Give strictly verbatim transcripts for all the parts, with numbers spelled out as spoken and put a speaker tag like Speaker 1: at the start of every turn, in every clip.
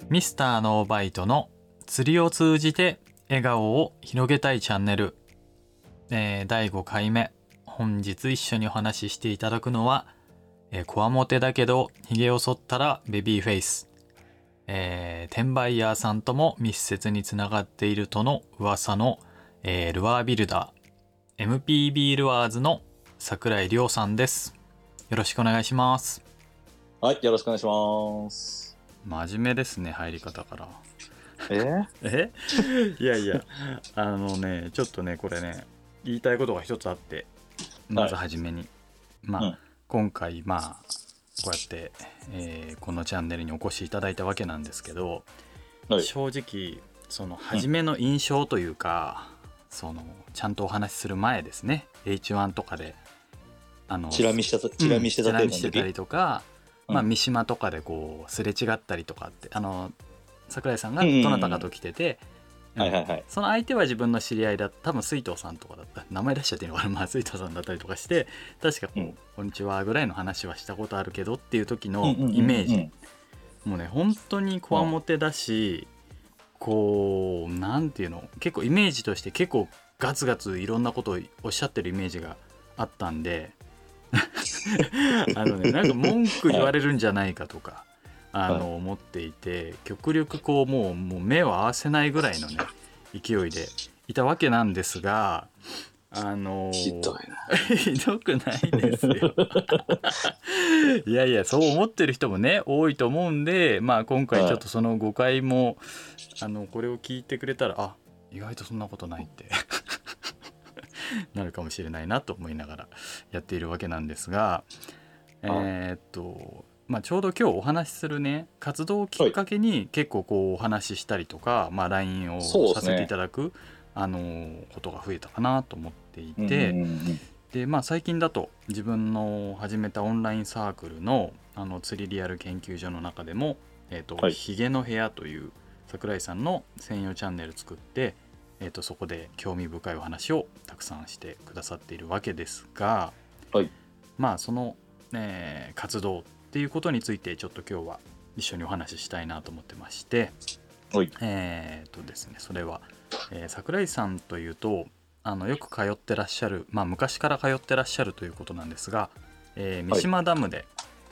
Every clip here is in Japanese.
Speaker 1: ミスターノーバイトの釣りを通じて笑顔を広げたいチャンネル、えー、だいごかいめ。本日一緒にお話ししていただくのは、えー、こわもてだけどひげを剃ったらベビーフェイス、えー、転売ヤーさんとも密接につながっているとの噂の、えー、ルアービルダー エムピービー ルアーズの櫻井亮さんです。よろしくお願いします。
Speaker 2: はい、よろしくお願いします。
Speaker 1: 真面目ですね、入り方から。
Speaker 2: え
Speaker 1: えいやいや、あのね、ちょっとね、これね、言いたいことが一つあって、まずはじめに、はい、まあ、うん、今回、まあ、こうやって、えー、このチャンネルにお越しいただいたわけなんですけど、はい、正直、その、初めの印象というか、うん、その、ちゃんとお話しする前ですね、エイチワン とかで、
Speaker 2: あの、チラ見してた、チラ見してた、
Speaker 1: うん、チラ見してたりとか、まあ、三島とかでこうすれ違ったりとかって、あの櫻井さんがどなたかと来てて、その相手は自分の知り合いだった、多分水藤さんとかだった、名前出しちゃっていいのかな、まあ、水藤さんだったりとかして、確かこう、うん、こんにちはぐらいの話はしたことあるけどっていう時のイメージ、うんうんうんうん、もうね本当にこわもてだし、こうなんていうの、結構イメージとして結構ガツガツいろんなことをおっしゃってるイメージがあったんであのね、なんか文句言われるんじゃないかとか、はい、あの思っていて、極力こうもう、もう目を合わせないぐらいのね勢いでいたわけなんですが、あのー、
Speaker 2: ひどいな
Speaker 1: ひどくないですよいやいや、そう思ってる人もね多いと思うんで、まあ今回ちょっとその誤解も、はい、あのこれを聞いてくれたら、あ、意外とそんなことないってなるかもしれないなと思いながらやっているわけなんですが、えー、っとまあちょうど今日お話しするね活動をきっかけに結構こうお話ししたりとか、まあ ライン をさせていただく、ね、あのことが増えたかなと思っていて、うんうんうん、でまあ最近だと自分の始めたオンラインサークルのあの釣りリアル研究所の中でも、えー、っと、はい、ひげの部屋という櫻井さんの専用チャンネル作って、えー、とそこで興味深いお話をたくさんしてくださっているわけですが、はい、まあその、えー、活動っていうことについてちょっと今日は一緒にお話ししたいなと思ってまして、はい、えー、とですねそれは、えー、櫻井さんというとあのよく通ってらっしゃる、まあ昔から通ってらっしゃるということなんですが、えー、三島ダムで、はい、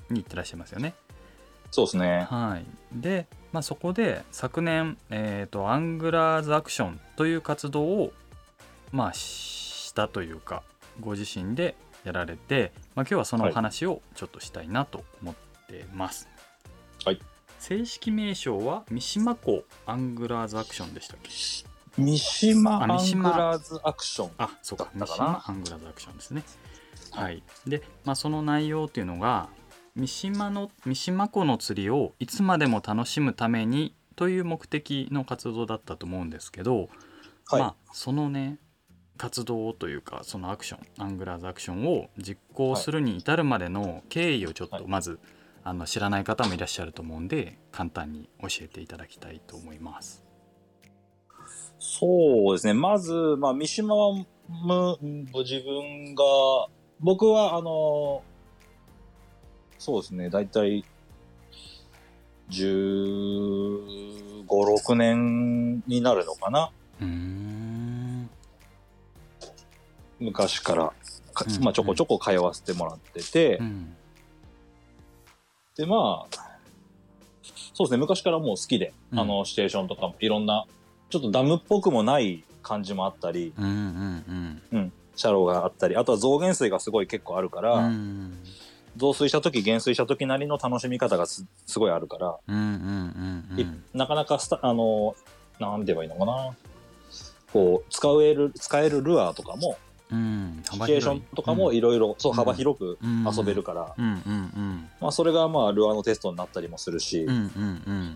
Speaker 1: に行ってらっしゃいますよね。
Speaker 2: そうですね。
Speaker 1: はい。で、まあ、そこで昨年、えーと、アングラーズアクションという活動を、まあ、したというか、ご自身でやられて、まあ、今日はそのお話をちょっとしたいなと思ってます。はい。正式名称は三島湖アングラーズアクションでしたっけ？
Speaker 2: 三島アングラーズアクション。
Speaker 1: あ、そうか。三島アングラーズアクションですね。はい。で、まあ、その内容っていうのが、三島の三島湖の釣りをいつまでも楽しむためにという目的の活動だったと思うんですけど、はい、まあそのね活動というかそのアクションアングラーズアクションを実行するに至るまでの経緯をちょっとまず、はい、あの知らない方もいらっしゃると思うんで簡単に教えていただきたいと思います。
Speaker 2: そうですね、まず、まあ、三島は自分が僕はあのそうですね、だいたいじゅうご、ろくねんになるのかな。うーん、昔から、うんうん、まあ、ちょこちょこ通わせてもらってて、うん、でまあそうですね、昔からもう好きで、うん、あのシチュエーションとかもいろんなちょっとダムっぽくもない感じもあったり、うんうんうんうん、シャローがあったり、あとは増減水がすごい結構あるから、うん、増水した時減水した時なりの楽しみ方が す, すごいあるから、うんうんうんうん、なかなかスタあのなんて言えばいいのかな、こう使える使えるルアーとかも、うん、シチュエーションとかもいろいろ幅広く遊べるから、うんうんうん、まあ、それがまあルアーのテストになったりもするし、うんうんうん、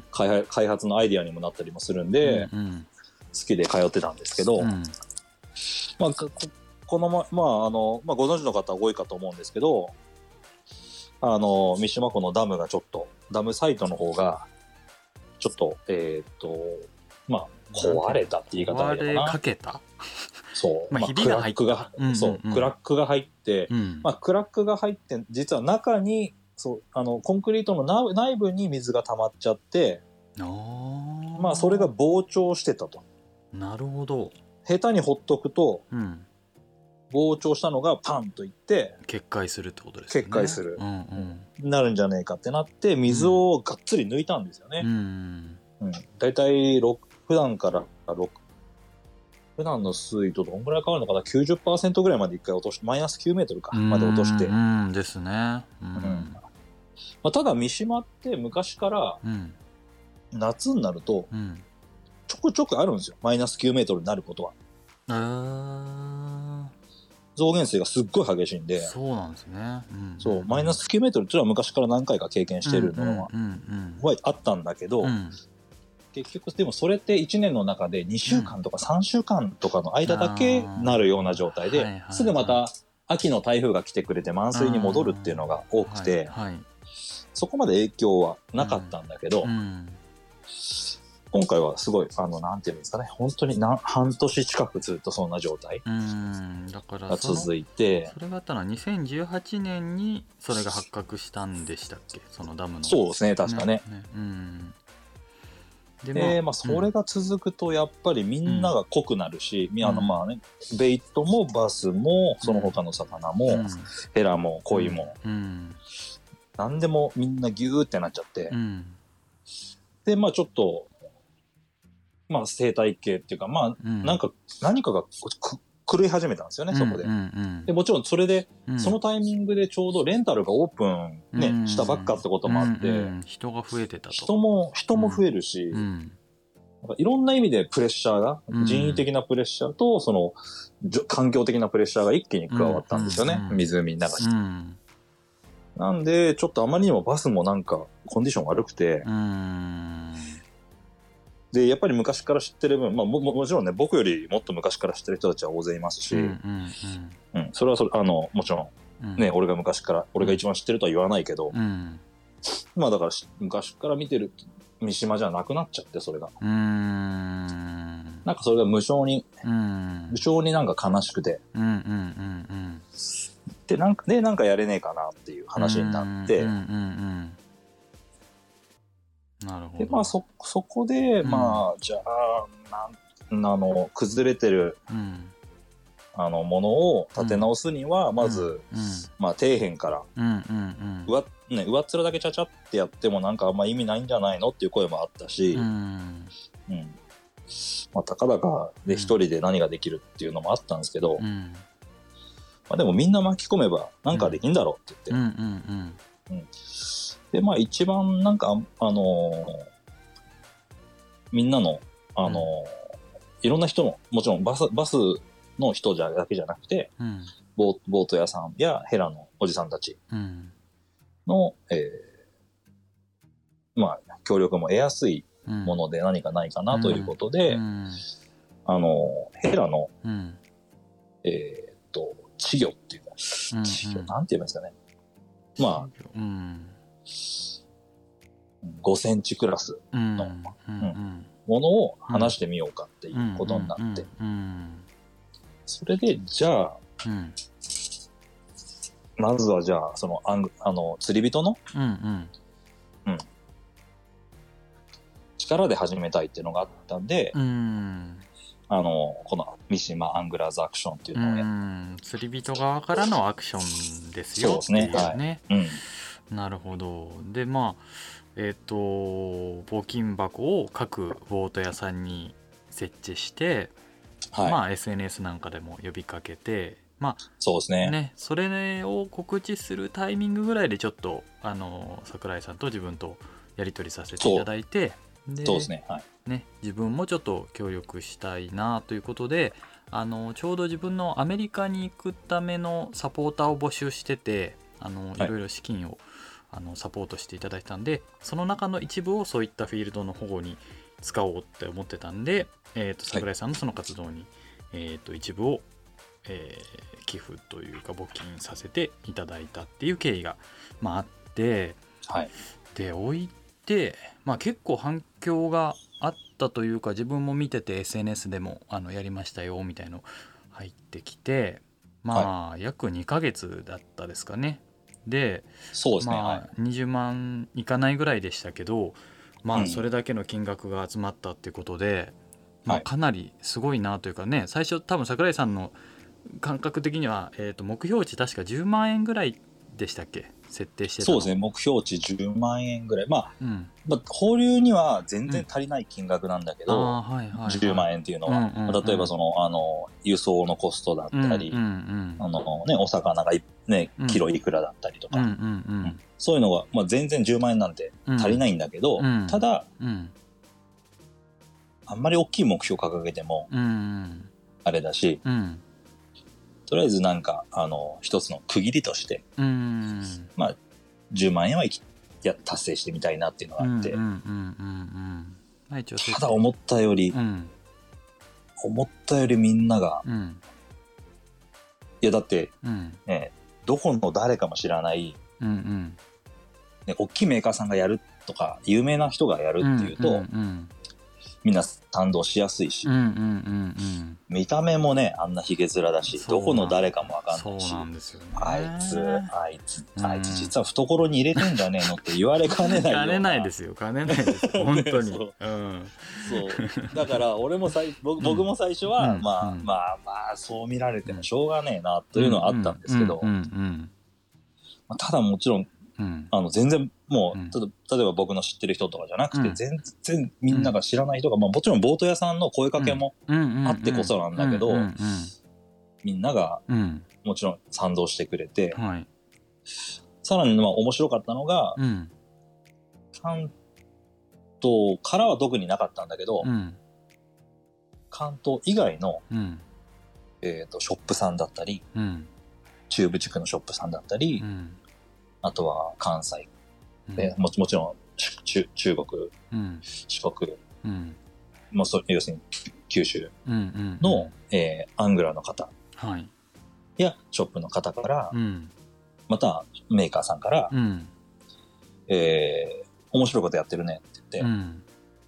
Speaker 2: 開, 開発のアイディアにもなったりもするんで、うんうん、好きで通ってたんですけど、うん、まあここのままああのまあご存知の方は多いかと思うんですけど、あの三島湖のダムがちょっとダムサイトの方がちょっとえっ、ー、とまあ壊れたって言い方がいいのかな。
Speaker 1: 壊れかけた。
Speaker 2: そう、まあ、ひびが入った。クラックが、うんうんうん、そうクラックが入って、うん、まあクラックが入って実は中にそうあのコンクリートの内部に水が溜まっちゃって、
Speaker 1: あ
Speaker 2: まあそれが膨張してたと。
Speaker 1: なるほど。
Speaker 2: 下手にほっとくと、
Speaker 1: うん、
Speaker 2: 膨張したのがパンといって
Speaker 1: 決壊するってことですよね。
Speaker 2: 決壊する、
Speaker 1: うんうん、
Speaker 2: なるんじゃねえかってなって水をがっつり抜いたんですよね。
Speaker 1: うん
Speaker 2: うん、だいたい普段からろく普段の水位とどんぐらい変わるのかな きゅうじゅっパーセント ぐらいまで一回落としてマイナスきゅうメートルかまで落として、
Speaker 1: うんうんですね、うん
Speaker 2: うんまあ、ただ三島って昔から夏になるとちょくちょくあるんですよマイナスきゅうメートルになることは。
Speaker 1: あ
Speaker 2: 増減水がすっごい激しいんで。
Speaker 1: そうなんですね、うん、
Speaker 2: そうマイナスきゅうメートルっていうのは昔から何回か経験してるのはあったんだけど、うんうんうんうん、結局でもそれっていちねんの中でにしゅうかんとかさんしゅうかんとかの間だけなるような状態で、はいはいはい、すぐまた秋の台風が来てくれて満水に戻るっていうのが多くて、はいはい、そこまで影響はなかったんだけど、うんうん、今回はすごいあのなんていうんですかね本当に何半年近くずっとそんな状態が続いて、
Speaker 1: それがあったのはにせんじゅうはちねんにそれが発覚したんでしたっけそのダムの。
Speaker 2: そうですね確かね。ねね
Speaker 1: うん
Speaker 2: でまあ、でまあそれが続くとやっぱりみんなが濃くなるし、うん、あのまあねベイトもバスもその他の魚も、うん、ヘラもコイも、うん、何でもみんなギューってなっちゃって、うん、でまあちょっとまあ生態系っていうかまあ、うん、なんか何かが狂い始めたんですよねそこで、うんうんうん、でもちろんそれで、うん、そのタイミングでちょうどレンタルがオープン、ねうん、したばっかってこともあって、うんうん、
Speaker 1: 人が増えてたと
Speaker 2: 人も人も増えるし、うん、なんかいろんな意味でプレッシャーが、うん、人為的なプレッシャーとその環境的なプレッシャーが一気に加わったんですよね、うんうんうん、湖の中に、うん、なんでちょっとあまりにもバスもなんかコンディション悪くて、うんでやっぱり昔から知ってる分、まあ、も, もちろんね僕よりもっと昔から知ってる人たちは大勢いますし、うんうんうんうん、それはそれあのもちろん、ねうん、俺が昔から俺が一番知ってるとは言わないけど、うん、まあだから昔から見てる三島じゃなくなっちゃってそれがうーんなんかそれが無性に、うん、無性になんか悲しくて、うんうんうんうん、でなんかでなんかやれねえかなっていう話になって、うんうんうんうん
Speaker 1: なるほど。
Speaker 2: でまあそそこで、うん、まあじゃあなんあの崩れてる、うん、あのものを立て直すには、うん、まず、うん、まあ底辺から、うんうんうん上ね、上っ面だけちゃちゃってやってもなんかあんま意味ないんじゃないのっていう声もあったし、うんうんまあ、たかだかで一人で何ができるっていうのもあったんですけど、うんまあ、でもみんな巻き込めばなんかできんだろうって言って。うんうんうんうんでまあ一番なんかあのー、みんなのあのーうん、いろんな人のもちろんバスバスの人じゃだけじゃなくて、うん、ボ, ボート屋さんやヘラのおじさんたちの、うんえー、まあ協力も得やすいもので何かないかなということで、うんうん、あのヘラの、うん、えー、っと稚魚っていうか、うんうん、稚魚なんて言えばいいんですかねまあ、うんごセンチクラスの、うんうん、ものを話してみようかっていうことになって、それでじゃあ、うん、まずはじゃあそのあんあの釣り人の、うんうんうん、力で始めたいっていうのがあったんで、うん、あのこの三島アングラーズアクションっていうのをや、うん、
Speaker 1: 釣り人側からのアクションですよっていうね。そうですね、はいうん、なるほど。でまあえっ、ー、と募金箱を各ボート屋さんに設置して、はい、まあ エスエヌエス なんかでも呼びかけて、まあ
Speaker 2: そうですね。
Speaker 1: ね、それを告知するタイミングぐらいでちょっとあの櫻井さんと自分とやり取りさせていただいて、
Speaker 2: でそうですね、はい、
Speaker 1: ね、自分もちょっと協力したいなということで、あのちょうど自分のアメリカに行くためのサポーターを募集してて、あのいろいろ資金を、はいあのサポートしていただいたんで、その中の一部をそういったフィールドの保護に使おうって思ってたんで、えー、と櫻井さんのその活動に、はいえー、と一部を、えー、寄付というか募金させていただいたっていう経緯が、まあ、あって、はい、で置いて、まあ、結構反響があったというか自分も見てて エスエヌエス でもあのやりましたよみたいの入ってきて、まあ、はい、約にかげつだったですかね。で
Speaker 2: そうですね、
Speaker 1: まあ、にじゅうまんいかないぐらいでしたけど、 まあ
Speaker 2: うん
Speaker 1: それだけの金額が集まったっていうことで、まあ、
Speaker 2: はい
Speaker 1: かなりすごいなというかね、最初多分桜井さんの感覚的には、えーと目標値確かじゅうまんえんぐらいでしたっけ、設定してたの。
Speaker 2: そうですね、目標値じゅうまんえんぐらい。まあ、
Speaker 1: うん
Speaker 2: まあ、放流には全然足りない金額なんだけど、
Speaker 1: あーはいはいはい、
Speaker 2: じゅうまんえんっていうのは、
Speaker 1: うんうんうん
Speaker 2: 例えばその、あの、輸送のコストだったり、
Speaker 1: うんうん
Speaker 2: あのね、お魚がいね
Speaker 1: うん、
Speaker 2: キロいくらだったりとか、
Speaker 1: うんうんうん
Speaker 2: そういうのが、まあ、全然じゅうまんえんなんて足りないんだけど、
Speaker 1: うん
Speaker 2: ただ、
Speaker 1: うん
Speaker 2: あんまり大きい目標掲げても
Speaker 1: うんうん
Speaker 2: あれだし、
Speaker 1: うん
Speaker 2: とりあえずなんか、あの、一つの区切りとして、
Speaker 1: うん
Speaker 2: まあ、じゅうまんえんはいきや達成してみたいなっていうのがあって、
Speaker 1: うんうんうんうんうんまあ一応設定
Speaker 2: ただ思ったより、
Speaker 1: うん
Speaker 2: 思ったよりみんなが、
Speaker 1: うん
Speaker 2: いやだって
Speaker 1: うん
Speaker 2: ね、どこの誰かも知らない、
Speaker 1: うんうん
Speaker 2: ね、大きいメーカーさんがやるとか、有名な人がやるっていうと、
Speaker 1: うんうん
Speaker 2: みんな賛同しやすいし、
Speaker 1: うんうんうんうん
Speaker 2: 見た目もね、あんなヒゲ面だし、
Speaker 1: そう
Speaker 2: どこの誰かもわかんないし、
Speaker 1: そうなんですよね。
Speaker 2: あいつ、あいつ、
Speaker 1: うん
Speaker 2: あいつ実は懐に入れてんじゃねえのって言われかねないような。
Speaker 1: 兼ねないですよ兼ねないです本当に、
Speaker 2: そう
Speaker 1: うん
Speaker 2: そう。だから俺も最僕僕も最初は、
Speaker 1: うん
Speaker 2: まあ、
Speaker 1: うん
Speaker 2: まあまあそう見られてもしょうがねえなというのはあったんですけど、
Speaker 1: うんうん
Speaker 2: まあただもちろん
Speaker 1: うん
Speaker 2: あの全然もう、
Speaker 1: うん
Speaker 2: ただ例えば僕の知ってる人とかじゃなくて、
Speaker 1: うん
Speaker 2: 全然みんなが知らない人が、まあ、もちろんボート屋さんの声かけも
Speaker 1: うん
Speaker 2: あってこそなんだけど、
Speaker 1: うんうん
Speaker 2: みんなが
Speaker 1: うんうん
Speaker 2: もちろん賛同してくれて、
Speaker 1: はい
Speaker 2: さらにまあ面白かったのが、
Speaker 1: うん
Speaker 2: 関東からは特になかったんだけど、
Speaker 1: うん
Speaker 2: 関東以外の、
Speaker 1: うん
Speaker 2: えー、とショップさんだったり、
Speaker 1: うん
Speaker 2: 中部地区のショップさんだったり、
Speaker 1: うん
Speaker 2: あとは関西、
Speaker 1: うん
Speaker 2: でももちろん中中国、
Speaker 1: うん
Speaker 2: 四国、
Speaker 1: うん
Speaker 2: もうそ要するに九州
Speaker 1: うんうん
Speaker 2: の、えーアングラーの方
Speaker 1: はい
Speaker 2: やショップの方から、
Speaker 1: うん
Speaker 2: またメーカーさんから、
Speaker 1: うん
Speaker 2: えー面白いことやってるねって言って、
Speaker 1: うん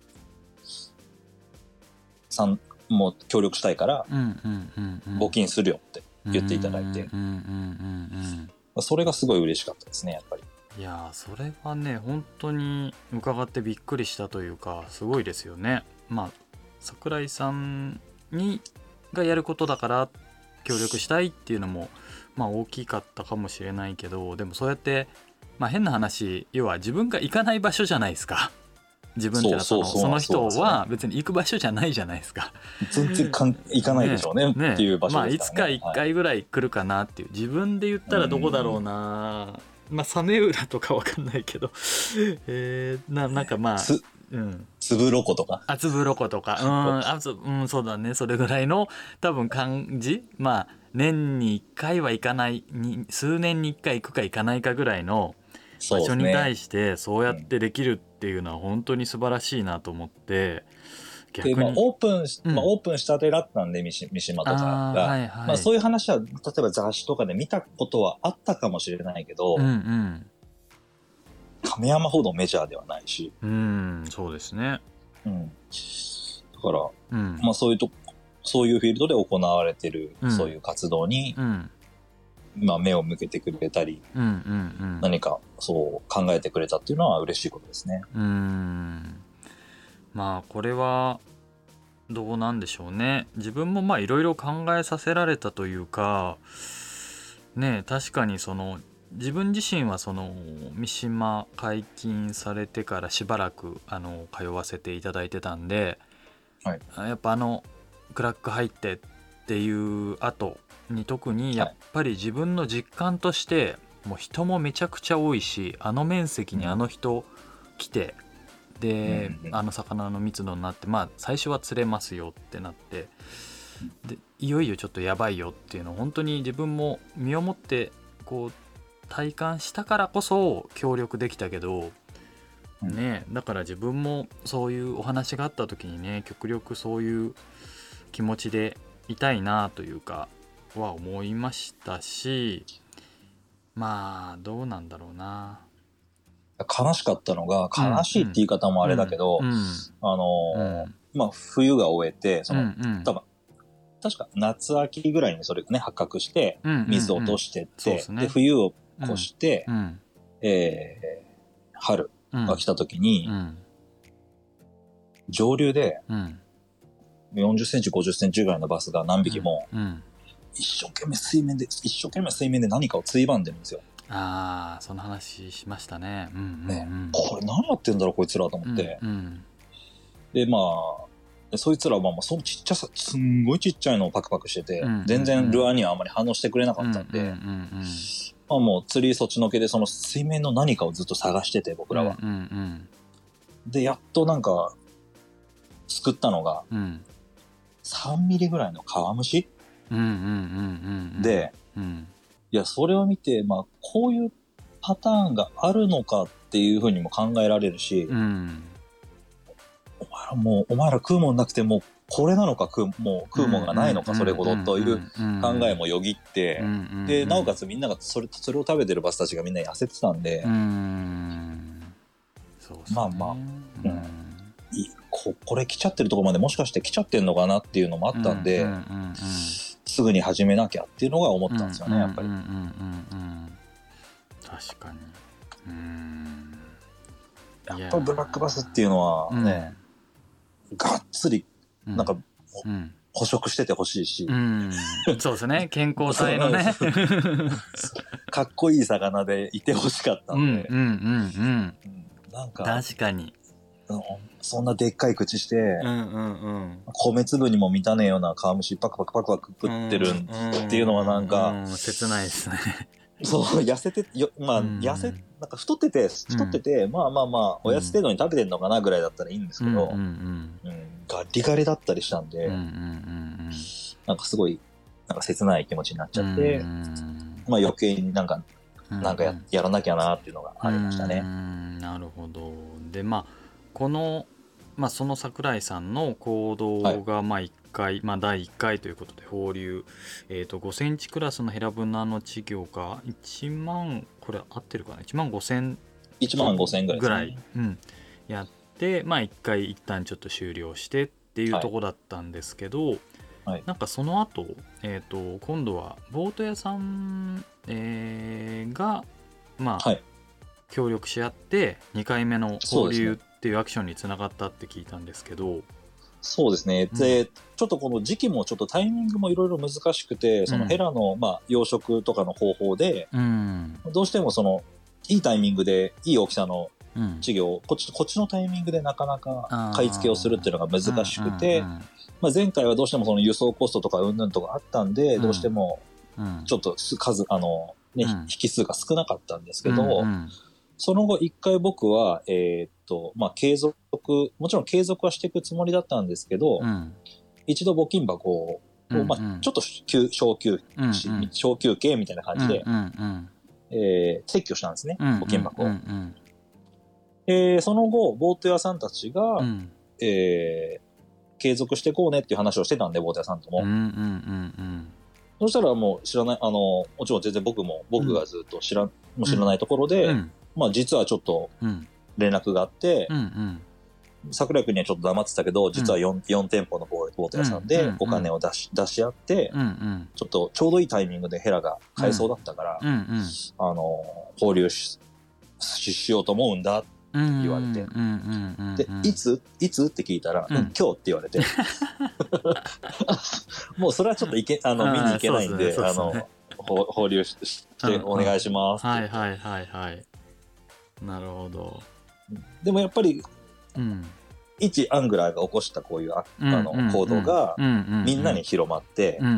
Speaker 2: さんもう協力したいから
Speaker 1: うんうんうんうん
Speaker 2: 募金するよって言っていただいて、
Speaker 1: うんうんうんうん
Speaker 2: それがすごい嬉しかったですね、やっぱり。
Speaker 1: いやーそれはね本当に伺ってびっくりしたというかすごいですよね。まあ桜井さんにがやることだから協力したいっていうのもまあ大きかったかもしれないけど、でもそうやってまあ変な話、要は自分が行かない場所じゃないですか。自分っていうのはその
Speaker 2: そうそうそう
Speaker 1: その人
Speaker 2: そう
Speaker 1: は別に行く場所じゃないじゃないですか。
Speaker 2: 全然かん行かないでしょうねっていう場所
Speaker 1: まあいつか
Speaker 2: ですからね。
Speaker 1: いっかいぐらい来るかなっていう、自分で言ったらどこだろうな、まあ早明浦とかわかんないけどえー、ななんかまあ
Speaker 2: つ
Speaker 1: うん
Speaker 2: つぶろことか。
Speaker 1: あつぶろことかうんあそ、うん、そうだね、それぐらいの多分感じ、まあ年にいっかいは行かないに数年にいっかい行くか行かないかぐらいの場所に対してそうやってできるっていうのは本当に素晴らしいなと思って、逆に
Speaker 2: で、まあ、オープンし、
Speaker 1: うん
Speaker 2: まあ、オープンしたてだったんで、三島三島とか
Speaker 1: あー
Speaker 2: が、
Speaker 1: はいはい
Speaker 2: まあ、そういう話は、例えば雑誌とかで見たことはあったかもしれないけど、
Speaker 1: うんうん
Speaker 2: 亀山ほどメジャーではないし、
Speaker 1: うんそうですね
Speaker 2: うん。だから、
Speaker 1: うん
Speaker 2: まあ、そういうと、そういうフィールドで行われてる、
Speaker 1: うん
Speaker 2: そういう活動に、
Speaker 1: うん
Speaker 2: まあ、目を向けてくれたり、
Speaker 1: うんうんうん
Speaker 2: 何かそう考えてくれたっていうのは嬉しいことですね。
Speaker 1: うーんまあこれはどうなんでしょうね。自分もまあいろいろ考えさせられたというかね、確かにその自分自身はその三島解禁されてからしばらくあの通わせていただいてたんで、
Speaker 2: はい、
Speaker 1: やっぱあのクラック入ってっていう後に特にやっぱり自分の実感としてもう人もめちゃくちゃ多いし、あの面積にあの人来て、で、
Speaker 2: うんうん、
Speaker 1: あの魚の密度になって、まあ最初は釣れますよってなって、でいよいよちょっとやばいよっていうのを本当に自分も身をもってこう体感したからこそ協力できたけど、ね、だから自分もそういうお話があった時にね、極力そういう気持ちでいたいなというかは思いましたし、まあどうなんだろうな。
Speaker 2: 悲しかったのが、悲しいって言い方もあれだけど、
Speaker 1: うんうん、
Speaker 2: あのーうん、まあ冬が終えて、その、うんうん、多分確か夏秋ぐらいにそれがね発覚して水を落としてって、うんうんうん、で、ね、冬を越して、うんうん、えー、春が来た時に、うんうん、 上流で
Speaker 1: うん
Speaker 2: よんじゅっセンチごじゅっセンチぐらいのバスが何匹も、
Speaker 1: うんうん、
Speaker 2: 一生懸命水面で一生懸命水面で何かをついばんでるんですよ。
Speaker 1: ああその話しましたね。うんうんうん、
Speaker 2: ね、これ何やってんだろうこいつらと思って、
Speaker 1: うんうん、
Speaker 2: でまあそいつらはまあそのちっちゃさすんごいちっちゃいのをパクパクしてて、
Speaker 1: うんうんうん、
Speaker 2: 全然ルアーにはあまり反応してくれなかったんで、
Speaker 1: うんうんうんうん、
Speaker 2: まあもう釣りそっちのけでその水面の何かをずっと探してて僕らは、
Speaker 1: うんうんうん、で
Speaker 2: やっとなんか救ったのが、うん、さんミリぐらいのカワムシ、
Speaker 1: うんうんうんうんうん、
Speaker 2: で、うん、いやそれを見て、まあ、こういうパターンがあるのかっていうふうにも考えられるし、うん、お前らもうお前ら食うもんなくてもうこれなのか食うもう食うもんがないのかそれほどという考えもよぎって、うん、でなおかつみんながそれ、それを食べてるバスたちがみんな痩せてたんで、うん、そうですね、まあまあ、うん、こ, これ来ちゃってるところまでもしかして来ちゃってんのかなっていうのもあったんで、うんうんうんうん、すぐに始めなきゃっていうのが思ったんですよね、やっぱり。うんうんうんうん、
Speaker 1: 確かに。うーん、
Speaker 2: やっぱりブラックバスっていうのはね、うん、がっつりなんか、うん、捕食しててほしいし、
Speaker 1: うん、そうですね、健康体のね
Speaker 2: かっこいい魚でいてほしかったんで、
Speaker 1: うんうんうんうん、
Speaker 2: なんか
Speaker 1: 確かに
Speaker 2: そんなでっかい口して、うんうんうん、米粒にも満たねえような皮むしパクパクパクパク食ってるっていうのはなんか、
Speaker 1: うんうん、切ないですね
Speaker 2: そう痩せてよまあ、うん、痩せなんか太ってて太ってて、うん、まあまあまあおやつ程度に食べてんのかなぐらいだったらいいんですけど、うんうんうんうん、ガリガリだったりしたんで、うんうんうんうん、なんかすごいなんか切ない気持ちになっちゃって、うん、まあ余計になんか、うんうん、なんか や, やらなきゃなっていうのがありましたね。
Speaker 1: うん、なるほど。でまあこの、まあ、その桜井さんの行動がまあいっかい、はい、まあ、だいいっかいということで放流、えー、とごセンチクラスのヘラブナの稚魚がいちまんこれ合ってるかないちまんごせん
Speaker 2: いちまんごせんぐらいですね、
Speaker 1: ぐらい、うん、やって、まあ、いっかい一旦ちょっと終了してっていうところだったんですけど、はい、なんかその後、えー、と今度はボート屋さん、えー、がまあ、はい、協力し合ってにかいめの放流っていうアクションにつながったって聞いたんですけど、
Speaker 2: そうですね、うん、でちょっとこの時期もちょっとタイミングもいろいろ難しくて、そのヘラのまあ養殖とかの方法で、うん、どうしてもそのいいタイミングでいい大きさの稚魚を、うん、こっちこっちのタイミングでなかなか買い付けをするっていうのが難しくて、まあ、前回はどうしてもその輸送コストとかうんぬんとかあったんで、うん、どうしてもちょっと数あの、ね、うん、引数が少なかったんですけど、うんうん、その後一回僕は、えーっとまあ、継続もちろん継続はしていくつもりだったんですけど、うん、一度募金箱を、うんうん、まあ、ちょっと小休止、うんうん、小休憩みたいな感じで、うんうんうんえー、撤去したんですね、うんうんうんうん、募金箱を、うんうんえー、その後ボート屋さんたちが、うんえー、継続していこうねっていう話をしてたんでボート屋さんとも、うんうんうんうんそしたらもう知らない、あの、もちろん全然僕も、僕がずっと知ら、うん、も知らないところで、うん、まあ実はちょっと連絡があって、うんうん、桜井君にはちょっと黙ってたけど、実は 4,、うん、よん店舗のボート屋さんでお金を出し、出し合って、うんうん、ちょっとちょうどいいタイミングでヘラが買えそうだったから、うんうんうん、あの、放流し、しようと思うんだって言われて、で、いついつって聞いたら、うん、今日って言われて、もうそれはちょっといけあの見に行けないんで、あの放流してお願いしますって、
Speaker 1: はいはいはいはいなるほど。
Speaker 2: でもやっぱり、うん、一アングラーが起こしたこういうあ、うん、あの行動がみんなに広まって、うんうんうん、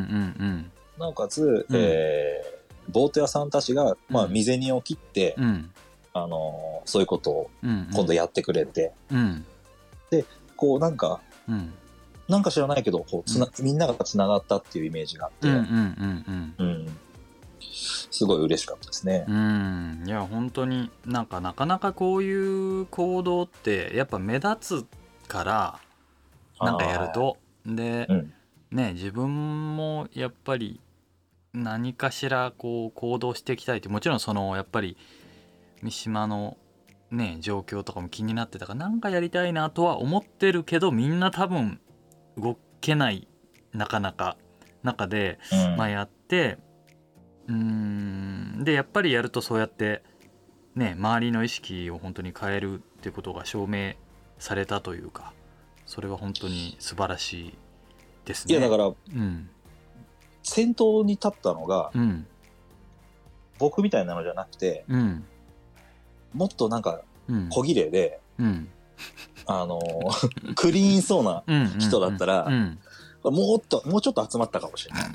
Speaker 2: なおかつ、うんえー、ボート屋さんたちが、まあ、身銭を切って、うんあのそういうことを今度やってくれて、うんうん、でこうなんか、うん、なんか知らないけどこうつな、うん、みんながつながったっていうイメージがあって、うんうんうんうん、すごい嬉しかったですね。
Speaker 1: うんいや本当になんかなかなかこういう行動ってやっぱ目立つからなんかやるとで、うん、ね自分もやっぱり何かしらこう行動していきたいってもちろんそのやっぱり三島のね状況とかも気になってたからなんかやりたいなとは思ってるけどみんな多分動けないなかなか中で、うんまあ、やってうーんでやっぱりやるとそうやってね周りの意識を本当に変えるっていうことが証明されたというかそれは本当に素晴らしいですね。
Speaker 2: いやだから、
Speaker 1: うん、
Speaker 2: 先頭に立ったのが、
Speaker 1: うん、
Speaker 2: 僕みたいなのじゃなくて、
Speaker 1: うん、
Speaker 2: もっとなんか小綺麗で、
Speaker 1: うん、
Speaker 2: あのクリーンそうな人だったら、
Speaker 1: うんうん、
Speaker 2: もっともうちょっと集まったかもしれない。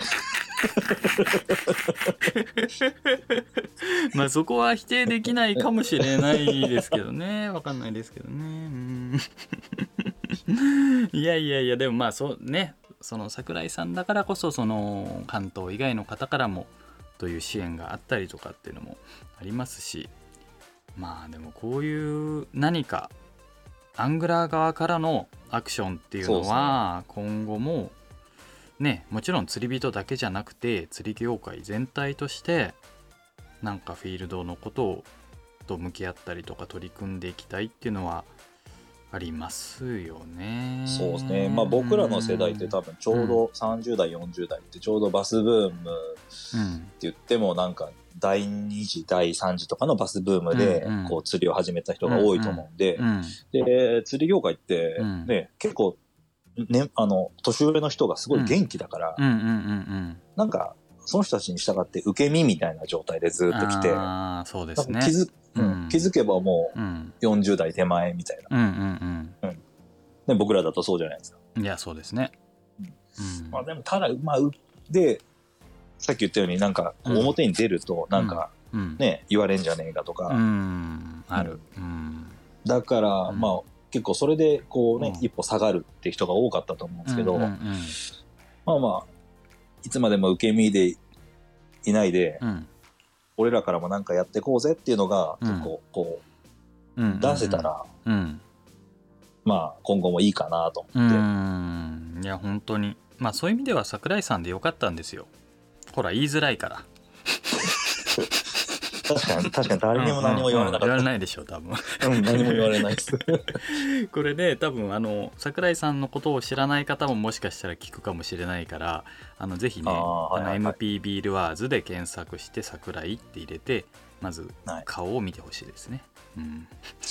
Speaker 1: まあそこは否定できないかもしれないですけどね、わかんないですけどね。うん、いやいやいや、でもまあそうね、その桜井さんだからこそ、その関東以外の方からもという支援があったりとかっていうのもありますし、まあでもこういう何かアングラー側からのアクションっていうのは今後もね、もちろん釣り人だけじゃなくて釣り業界全体としてなんかフィールドのことをと向き合ったりとか取り組んでいきたいっていうのはありますよね。
Speaker 2: そうですね。まあ僕らの世代って多分ちょうどさんじゅう代、よんじゅう代ってちょうどバスブームって言ってもなんかだいに次だいさん次とかのバスブームでこう釣りを始めた人が多いと思うんで、で釣り業界ってね、結構ね、あの年上の人がすごい元気だから、なんかその人たちに従って受け身みたいな状態でずっと来て、
Speaker 1: あ、そうですね、
Speaker 2: 気づ、うん、気づけばもうよんじゅう代手前みたいな、うんうんうん、で僕らだとそうじゃないですか。
Speaker 1: いやそうですね、
Speaker 2: うん、まあでもただまあでさっき言ったようになんか表に出るとなんかね、言われんじゃねえかとか、
Speaker 1: うん、ある、うん、
Speaker 2: だからまあ結構それでこうね、一歩下がるって人が多かったと思うんですけど、うんうんうん、まあまあいつまでも受け身でいないで、うん、俺らからもなんかやってこうぜっていうのが結構こう、うん、出せたら、うんうんうん、まあ今後もいいかなと思って。
Speaker 1: うん、いや本当にまあそういう意味では桜井さんでよかったんですよ。ほら言いづらいから。
Speaker 2: 確かに確かに誰にも何も言われなかった、うんうんうん、
Speaker 1: 言われないでしょ多分、
Speaker 2: うん、何も言われないです
Speaker 1: これね多分あの桜井さんのことを知らない方ももしかしたら聞くかもしれないから、あのぜひねあの、はいはい、エムピー ビールワーズで検索して桜井って入れてまず顔を見てほしいですね、はい、うん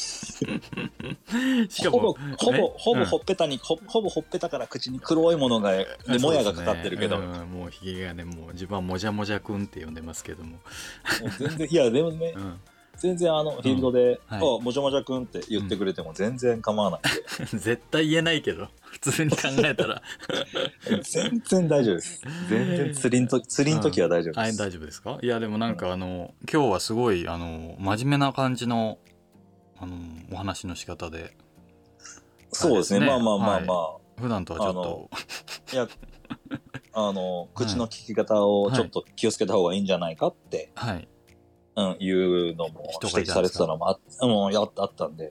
Speaker 2: しかもほぼほぼほぼほっぺたに、うん、ほ, ほぼほっぺたから口に黒いものがでもやがかかってるけど、
Speaker 1: ね、うん、もうひげがねもう自分はもじゃもじゃくんって呼んでますけども、も
Speaker 2: う全然いやでもね、うん、全然あのフィールドで、うんはい、あもじゃもじゃくんって言ってくれても全然構わないんで、
Speaker 1: うん、絶対言えないけど普通に考えたら
Speaker 2: 全然大丈夫です。全然釣りのと釣りの時は大丈夫です、
Speaker 1: うん、大丈夫ですか。いやでもなんかあの、うん、今日はすごいあの真面目な感じのあのお話の仕方で、
Speaker 2: そうですね、まあまあまあまあ、はい、
Speaker 1: 普段とはちょっと
Speaker 2: いやあの口の利き方をちょっと気をつけた方がいいんじゃないかって、はいうん、いうのも指摘されてたのも あ, もうやあったんで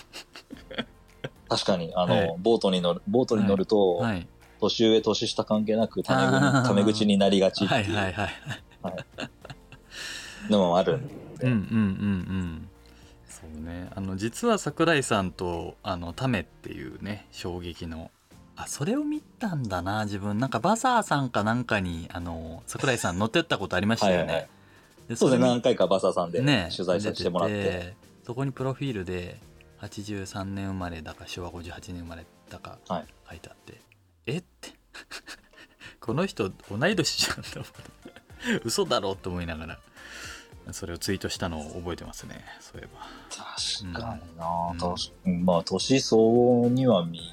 Speaker 2: 確かにあの、はい、ボートに乗るボートに乗ると、はいはい、年上年下関係なくタメ口タメ口になりがちっていう、はいはいはいはい、のもあるんで、うんうんうんうん
Speaker 1: そうね、あの実は桜井さんとあのタメっていうね衝撃のあそれを見たんだな自分なんかバザーさんかなんかにあの桜井さん乗ってったことありましたよね。はいはい、
Speaker 2: でそうですね何回かバザーさんで、ね、取材させてもらってて
Speaker 1: そこにプロフィールではちじゅうさんねん生まれだかしょわごじゅうはちねん生まれだか書いてあって、はい、えってこの人同い年じゃんと思って嘘だろと思いながらそれをツイートしたのを覚えてますね。そういえば
Speaker 2: 確かにな、うん、まあ年相応には見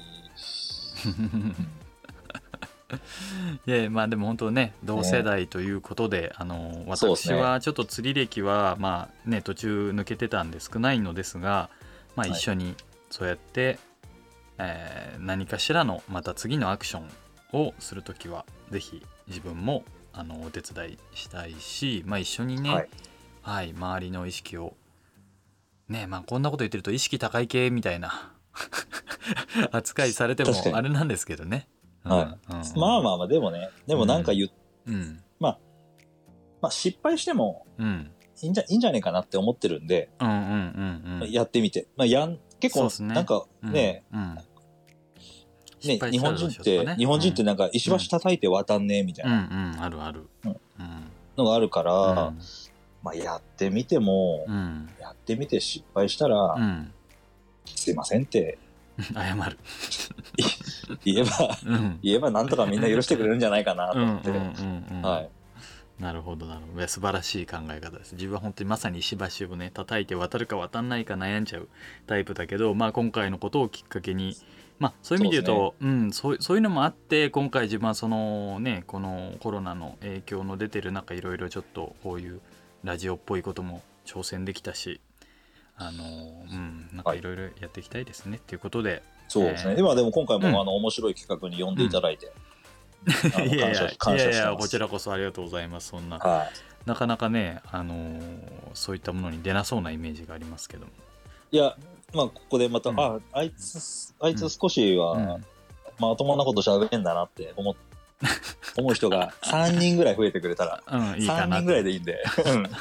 Speaker 1: いやまあでも本当ね同世代ということで、ね、あの私はちょっと釣り歴はまあね途中抜けてたんで少ないのですが、まあ、一緒にそうやって、はいえー、何かしらのまた次のアクションをするときはぜひ自分もあのお手伝いしたいし、まあ、一緒にね、はいはい、周りの意識をねまあこんなこと言ってると意識高い系みたいな扱いされてもあれなんですけどね、
Speaker 2: うんはいうん、まあまあまあでもねでもなんか言う、うん、まあまあ失敗してもいいんじゃ、いいんじゃねえかなって思ってるんで、うんうんうんうん、やってみて、まあ、やん結構なんかね、うんうんね、日本人って、ね、日本人ってなんか石橋叩いて渡んねえみたいな、
Speaker 1: うんうん、あるある、うん、
Speaker 2: のがあるから、うんまあ、やってみても、うん、やってみて失敗したら、うん、すいませんって
Speaker 1: 謝る
Speaker 2: 言えば、うん、言えばなんとかみんな許してくれるんじゃないかなと思って、はい。
Speaker 1: なるほどなるほど。素晴らしい考え方です。自分は本当にまさに石橋をね叩いて渡るか渡んないか悩んじゃうタイプだけど、まあ今回のことをきっかけに、まあそういう意味で言うと、そうですね、うん、そう、そういうのもあって今回自分はそのねこのコロナの影響の出てる中いろいろちょっとこういうラジオっぽいことも挑戦できたし、あのうんなんかいろいろやっていきたいですね、はい、っていうことで。
Speaker 2: そうですね。今でも今回も、うん、あの面白い企画に呼んでいただいて。うん
Speaker 1: いやいやいやいやこちらこそありがとうございます。そんな、はい、なかなかね、あのー、そういったものに出なそうなイメージがありますけども。
Speaker 2: いやまあここでまた、うん、ああいつあいつ少しは、うん、まともなこと喋れんだなって思思う人がさんにんぐらい増えてくれたら、うん、いいかなさんにんぐらいでいいんで。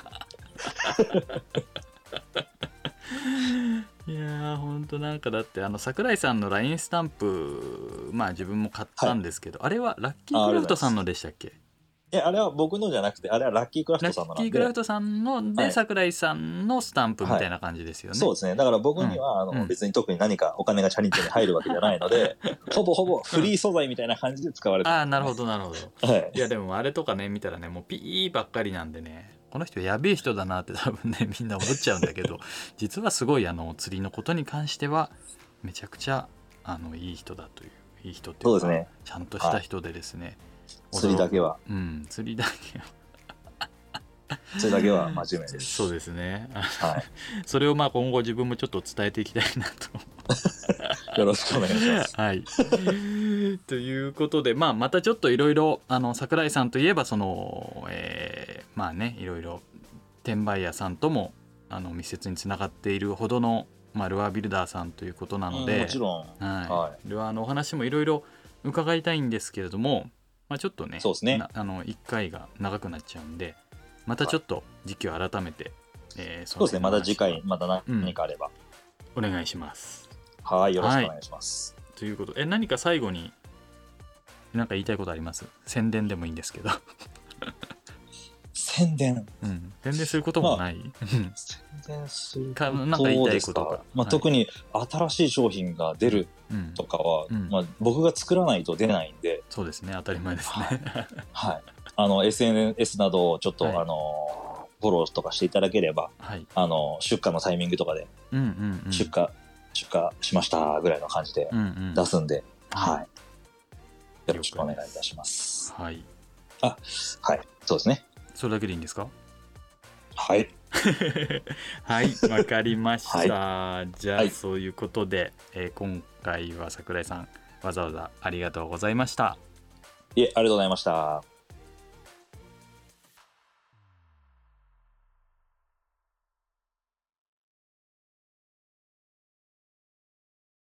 Speaker 1: いやーほんとなんかだってあの桜井さんの ライン スタンプまあ自分も買ったんですけど、はい、あれはラッキークラフトさんのでしたっけ？
Speaker 2: いやあれは僕のじゃなくてあれはラッキークラフトさんのなんで、
Speaker 1: ラッキークラフトさんので、はい、桜井さんのスタンプみたいな感じですよね、はい、
Speaker 2: そうですね。だから僕には、うん、あの別に特に何かお金がチャリンチに入るわけじゃないのでほぼほぼフリー素材みたいな感じで使われてる、
Speaker 1: ああなるほどなるほど、はい、いやでもあれとかね見たらねもうピーばっかりなんでねこの人やべえ人だなって多分ねみんな思っちゃうんだけど実はすごいあの釣りのことに関してはめちゃくちゃあのいい人だといういい人っていうかそうです、ね、ちゃんとした人でですね、
Speaker 2: はい、釣りだけは
Speaker 1: うん釣りだけは
Speaker 2: それだけは真面目です。
Speaker 1: そうですね、
Speaker 2: はい、
Speaker 1: それをまあ今後自分もちょっと伝えていきたいなと
Speaker 2: よろしくお願いします。
Speaker 1: はいということで、まあ、またちょっといろいろ桜井さんといえばその、えー、まあねいろいろ転売屋さんともあの密接につながっているほどの、まあ、ルアービルダーさんということなので、
Speaker 2: うん、もちろん、
Speaker 1: はいはい、ルアーのお話もいろいろ伺いたいんですけれども、まあ、ちょっとね、
Speaker 2: そうですね、
Speaker 1: あのいっかいが長くなっちゃうんでまたちょっと時期を改めて、はい
Speaker 2: えー、そそうですねまた次回また何かあれば、
Speaker 1: うん、お願いします。
Speaker 2: はいよろしくお願いします、
Speaker 1: はい、ということえ何か最後に何か言いたいことあります？宣伝でもいいんですけど
Speaker 2: 宣伝、
Speaker 1: うん、宣伝することもない、まあ、
Speaker 2: 宣伝すること
Speaker 1: なんか言いたいことか、
Speaker 2: まあ、はい、特に新しい商品が出るとかは、うんまあ、僕が作らないと出ないんで
Speaker 1: そうですね当たり前ですね
Speaker 2: はい、あの エスエヌエス などをちょっと、はい、あのフォローとかしていただければ、はい、あの出荷のタイミングとかで、うんうんうん、出荷出荷しましたぐらいの感じで出すんで、うんうん、はいよろしくお願いいたします。
Speaker 1: はい。
Speaker 2: あ、はい、そうですね。
Speaker 1: それだけでいいんですか？
Speaker 2: はい。
Speaker 1: はい、わかりました。はい、じゃあ、はい、そういうことで、えー、今回は桜井さんわざわざありがとうございました。
Speaker 2: いえ、ありがとうございました。